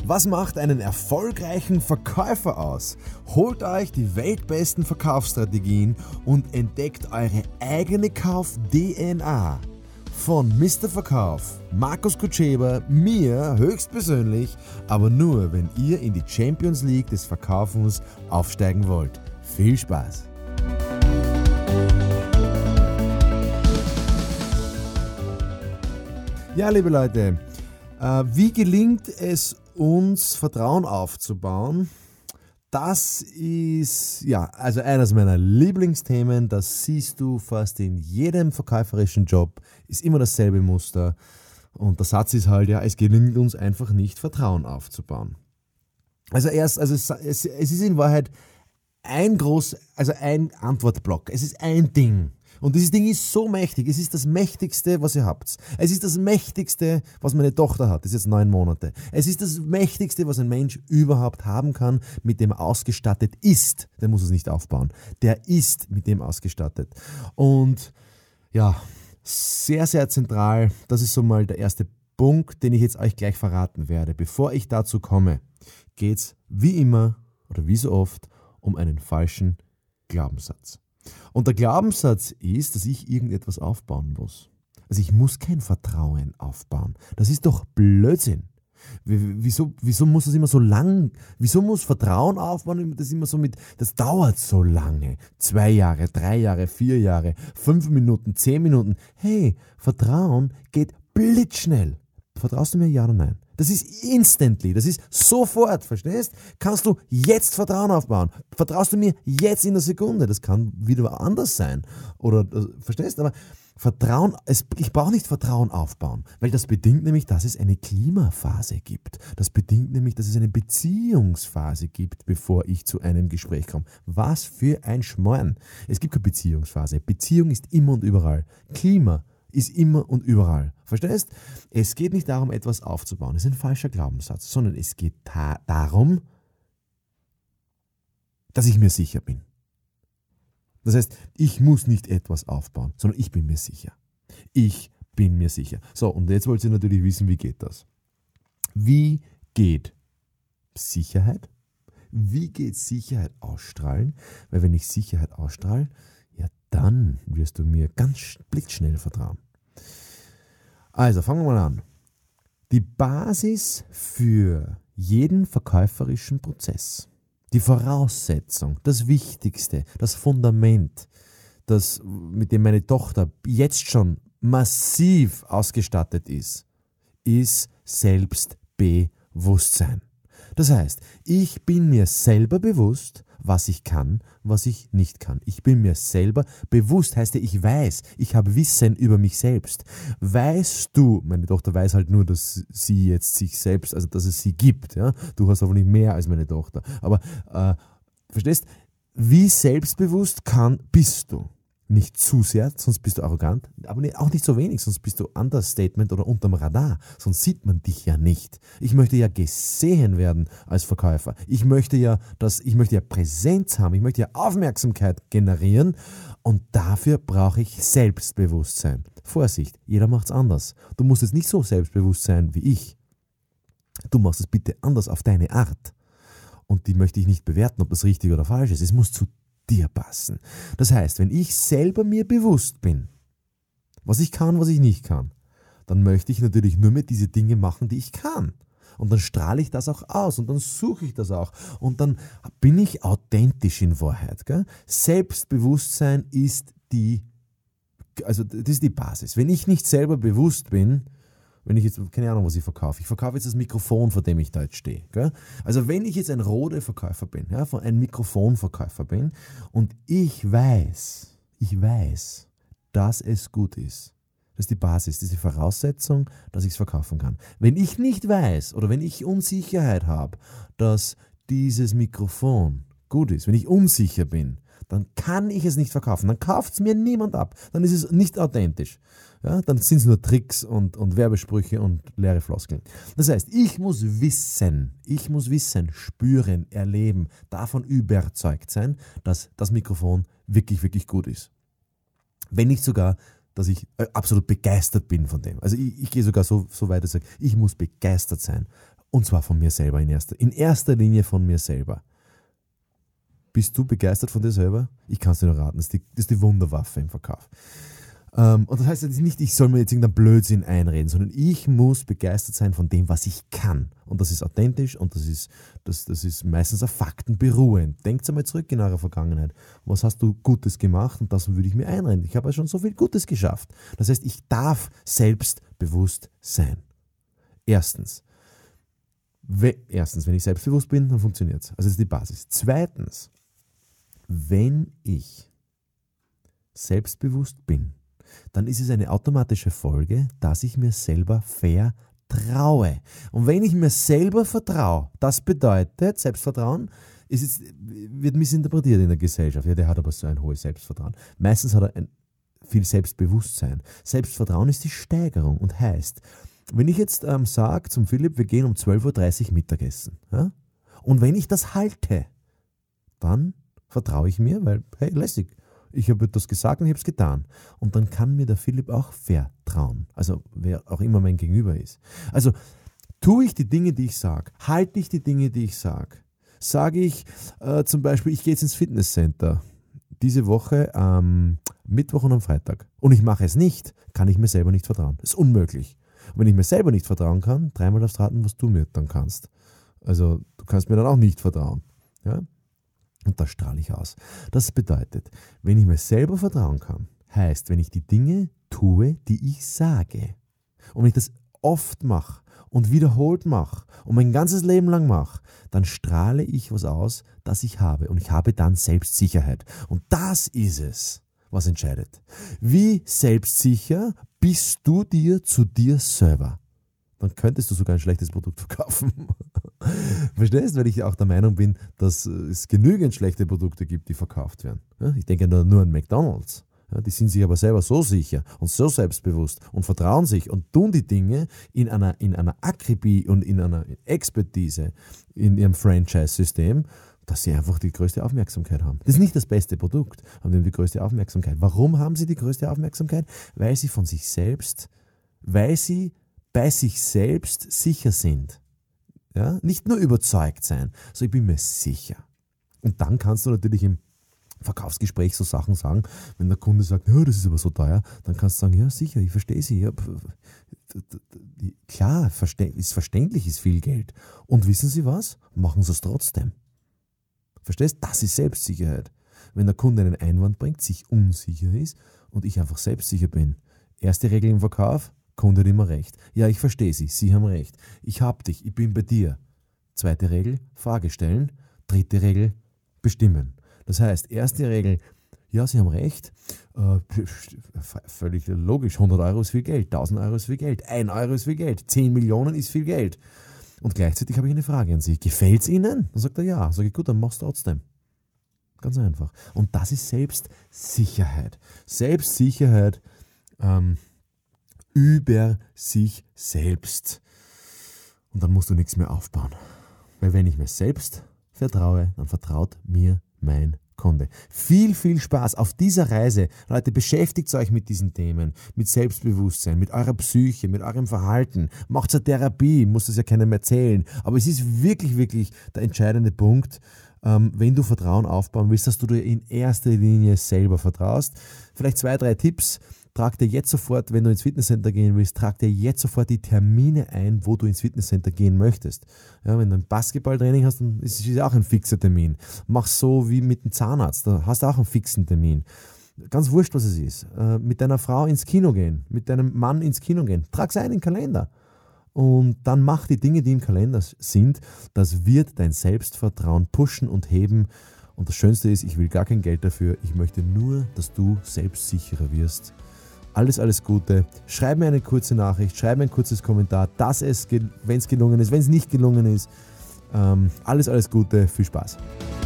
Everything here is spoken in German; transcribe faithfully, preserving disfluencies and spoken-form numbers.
Was macht einen erfolgreichen Verkäufer aus? Holt euch die weltbesten Verkaufsstrategien und entdeckt eure eigene Kauf-D N A. Von Mister Verkauf, Markus Kutscheber, mir höchstpersönlich, aber nur, wenn ihr in die Champions League des Verkaufens aufsteigen wollt. Viel Spaß! Ja, liebe Leute, äh, wie gelingt es uns, Vertrauen aufzubauen? Das ist ja also eines meiner Lieblingsthemen. Das siehst du fast in jedem verkäuferischen Job. Ist immer dasselbe Muster. Und der Satz ist halt, ja, es gelingt uns einfach nicht, Vertrauen aufzubauen. Also erst, also es, es, es ist in Wahrheit ein groß, also ein Antwortblock. Es ist ein Ding. Und dieses Ding ist so mächtig. Es ist das Mächtigste, was ihr habt. Es ist das Mächtigste, was meine Tochter hat. Das ist jetzt neun Monate. Es ist das Mächtigste, was ein Mensch überhaupt haben kann, mit dem er ausgestattet ist. Der muss es nicht aufbauen. Der ist mit dem ausgestattet. Und ja, sehr, sehr zentral. Das ist so mal der erste Punkt, den ich jetzt euch gleich verraten werde. Bevor ich dazu komme, geht es wie immer oder wie so oft um einen falschen Glaubenssatz. Und der Glaubenssatz ist, dass ich irgendetwas aufbauen muss. Also ich muss kein Vertrauen aufbauen. Das ist doch Blödsinn. Wieso, wieso muss das immer so lang? Wieso muss Vertrauen aufbauen? Das immer so mit, das dauert so lange. Zwei Jahre, drei Jahre, vier Jahre, fünf Minuten, zehn Minuten. Hey, Vertrauen geht blitzschnell. Vertraust du mir, ja oder nein? Das ist instantly, das ist sofort, verstehst? Kannst du jetzt Vertrauen aufbauen? Vertraust du mir jetzt in der Sekunde? Das kann wieder anders sein. Oder, verstehst? Aber Vertrauen, es, ich brauche nicht Vertrauen aufbauen, weil das bedingt nämlich, dass es eine Klimaphase gibt. Das bedingt nämlich, dass es eine Beziehungsphase gibt, bevor ich zu einem Gespräch komme. Was für ein Schmarrn. Es gibt keine Beziehungsphase. Beziehung ist immer und überall. Klima ist immer und überall. Verstehst? Es geht nicht darum, etwas aufzubauen. Das ist ein falscher Glaubenssatz, sondern es geht ta- darum, dass ich mir sicher bin. Das heißt, ich muss nicht etwas aufbauen, sondern ich bin mir sicher. Ich bin mir sicher. So, und jetzt wollt ihr natürlich wissen, wie geht das? Wie geht Sicherheit? Wie geht Sicherheit ausstrahlen? Weil wenn ich Sicherheit ausstrahle, ja, dann wirst du mir ganz blitzschnell vertrauen. Also, fangen wir mal an. Die Basis für jeden verkäuferischen Prozess, die Voraussetzung, das Wichtigste, das Fundament, das, mit dem meine Tochter jetzt schon massiv ausgestattet ist, ist Selbstbewusstsein. Das heißt, ich bin mir selber bewusst, was ich kann, was ich nicht kann. Ich bin mir selber bewusst, heißt ja, ich weiß, ich habe Wissen über mich selbst. Weißt du, meine Tochter weiß halt nur, dass sie jetzt sich selbst, also dass es sie gibt. Ja? Du hast aber nicht mehr als meine Tochter. Aber äh, verstehst, wie selbstbewusst kann, bist du? Nicht zu sehr, sonst bist du arrogant, aber auch nicht so wenig, sonst bist du Understatement oder unterm Radar, sonst sieht man dich ja nicht. Ich möchte ja gesehen werden als Verkäufer. Ich möchte ja, dass, ich möchte ja Präsenz haben, ich möchte ja Aufmerksamkeit generieren und dafür brauche ich Selbstbewusstsein. Vorsicht, jeder macht es anders. Du musst jetzt nicht so selbstbewusst sein wie ich. Du machst es bitte anders auf deine Art. Und die möchte ich nicht bewerten, ob das richtig oder falsch ist. Es muss zu dir passen. Das heißt, wenn ich selber mir bewusst bin, was ich kann, was ich nicht kann, dann möchte ich natürlich nur mehr diese Dinge machen, die ich kann. Und dann strahle ich das auch aus und dann suche ich das auch. Und dann bin ich authentisch in Wahrheit. Gell? Selbstbewusstsein ist die, also das ist die Basis. Wenn ich nicht selber bewusst bin, wenn ich jetzt, keine Ahnung, was ich verkaufe. Ich verkaufe jetzt das Mikrofon, vor dem ich da jetzt stehe. Gell? Also wenn ich jetzt ein Rode-Verkäufer bin, ja, ein Mikrofonverkäufer bin und ich weiß, ich weiß, dass es gut ist. Das ist die Basis, das ist die Voraussetzung, dass ich es verkaufen kann. Wenn ich nicht weiß oder wenn ich Unsicherheit habe, dass dieses Mikrofon gut ist, wenn ich unsicher bin, dann kann ich es nicht verkaufen. Dann kauft es mir niemand ab. Dann ist es nicht authentisch. Ja, dann sind es nur Tricks und, und Werbesprüche und leere Floskeln. Das heißt, ich muss wissen, ich muss wissen, spüren, erleben, davon überzeugt sein, dass das Mikrofon wirklich, wirklich gut ist. Wenn nicht sogar, dass ich absolut begeistert bin von dem. Also ich, ich gehe sogar so, so weit, dass ich sage, ich muss begeistert sein. Und zwar von mir selber in erster, in erster Linie von mir selber. Bist du begeistert von dir selber? Ich kann es dir nur raten, das ist die, das ist die Wunderwaffe im Verkauf. Ähm, und das heißt jetzt nicht, ich soll mir jetzt irgendeinen Blödsinn einreden, sondern ich muss begeistert sein von dem, was ich kann. Und das ist authentisch und das ist, das, das ist meistens auf Fakten beruhend. Denkt einmal zurück in eurer Vergangenheit. Was hast du Gutes gemacht? Und das würde ich mir einreden. Ich habe ja schon so viel Gutes geschafft. Das heißt, ich darf selbstbewusst sein. Erstens. We- Erstens, wenn ich selbstbewusst bin, dann funktioniert es. Also das ist die Basis. Zweitens, wenn ich selbstbewusst bin, dann ist es eine automatische Folge, dass ich mir selber vertraue. Und wenn ich mir selber vertraue, das bedeutet, Selbstvertrauen ist jetzt, wird missinterpretiert in der Gesellschaft. Ja, der hat aber so ein hohes Selbstvertrauen. Meistens hat er ein viel Selbstbewusstsein. Selbstvertrauen ist die Steigerung und heißt, wenn ich jetzt ähm, sage zum Philipp, wir gehen um zwölf Uhr dreißig Mittagessen, ja? Und wenn ich das halte, dann vertraue ich mir, weil, hey, lässig, ich habe das gesagt und ich habe es getan. Und dann kann mir der Philipp auch vertrauen. Also wer auch immer mein Gegenüber ist. Also tue ich die Dinge, die ich sage, halte ich die Dinge, die ich sage. Sage ich äh, zum Beispiel, ich gehe jetzt ins Fitnesscenter diese Woche am Mittwoch und am Freitag und ich mache es nicht, kann ich mir selber nicht vertrauen. Das ist unmöglich. Und wenn ich mir selber nicht vertrauen kann, dreimal darfst raten, was du mir dann kannst. Also du kannst mir dann auch nicht vertrauen. Ja? Und das strahle ich aus. Das bedeutet, wenn ich mir selber vertrauen kann, heißt, wenn ich die Dinge tue, die ich sage, und wenn ich das oft mache und wiederholt mache und mein ganzes Leben lang mache, dann strahle ich was aus, das ich habe. Und ich habe dann Selbstsicherheit. Und das ist es, was entscheidet. Wie selbstsicher bist du dir zu dir selber? Dann könntest du sogar ein schlechtes Produkt verkaufen. Verstehst du? Weil ich auch der Meinung bin, dass es genügend schlechte Produkte gibt, die verkauft werden. Ich denke nur, nur an McDonald's. Die sind sich aber selber so sicher und so selbstbewusst und vertrauen sich und tun die Dinge in einer, in einer Akribie und in einer Expertise in ihrem Franchise-System, dass sie einfach die größte Aufmerksamkeit haben. Das ist nicht das beste Produkt, aber die haben die größte Aufmerksamkeit. Warum haben sie die größte Aufmerksamkeit? Weil sie von sich selbst, weil sie bei sich selbst sicher sind. Ja? Nicht nur überzeugt sein, sondern ich bin mir sicher. Und dann kannst du natürlich im Verkaufsgespräch so Sachen sagen, wenn der Kunde sagt, ja, das ist aber so teuer, dann kannst du sagen, ja sicher, ich verstehe Sie. Ja, klar, ist verständlich, ist viel Geld. Und wissen Sie was? Machen Sie es trotzdem. Verstehst? Das ist Selbstsicherheit. Wenn der Kunde einen Einwand bringt, sich unsicher ist und ich einfach selbstsicher bin. Erste Regel im Verkauf, Kunde hat immer recht. Ja, ich verstehe Sie, Sie haben recht. Ich hab dich, ich bin bei dir. Zweite Regel, Frage stellen. Dritte Regel, bestimmen. Das heißt, erste Regel, ja, Sie haben recht, äh, völlig logisch, hundert Euro ist viel Geld, tausend Euro ist viel Geld, ein Euro ist viel Geld, zehn Millionen ist viel Geld. Und gleichzeitig habe ich eine Frage an Sie, gefällt es Ihnen? Dann sagt er ja, sage ich, gut, dann mach's trotzdem. Ganz einfach. Und das ist Selbstsicherheit. Selbstsicherheit ähm, über sich selbst. Und dann musst du nichts mehr aufbauen. Weil wenn ich mir selbst vertraue, dann vertraut mir mein Kunde. Viel, viel Spaß auf dieser Reise. Leute, beschäftigt euch mit diesen Themen, mit Selbstbewusstsein, mit eurer Psyche, mit eurem Verhalten. Macht eine Therapie, muss das ja keinem erzählen. Aber es ist wirklich, wirklich der entscheidende Punkt, ähm, wenn du Vertrauen aufbauen willst, dass du dir in erster Linie selber vertraust. Vielleicht zwei, drei Tipps. Trag dir jetzt sofort, wenn du ins Fitnesscenter gehen willst, trag dir jetzt sofort die Termine ein, wo du ins Fitnesscenter gehen möchtest. Ja, wenn du ein Basketballtraining hast, dann ist es auch ein fixer Termin. Mach so wie mit dem Zahnarzt, da hast du auch einen fixen Termin. Ganz wurscht, was es ist. Äh, mit deiner Frau ins Kino gehen, mit deinem Mann ins Kino gehen. Trag es ein in den Kalender. Und dann mach die Dinge, die im Kalender sind. Das wird dein Selbstvertrauen pushen und heben. Und das Schönste ist, ich will gar kein Geld dafür. Ich möchte nur, dass du selbstsicherer wirst. Alles, alles Gute. Schreib mir eine kurze Nachricht, schreib mir ein kurzes Kommentar, dass es, wenn es gelungen ist, wenn es nicht gelungen ist. Ähm, alles, alles Gute, viel Spaß.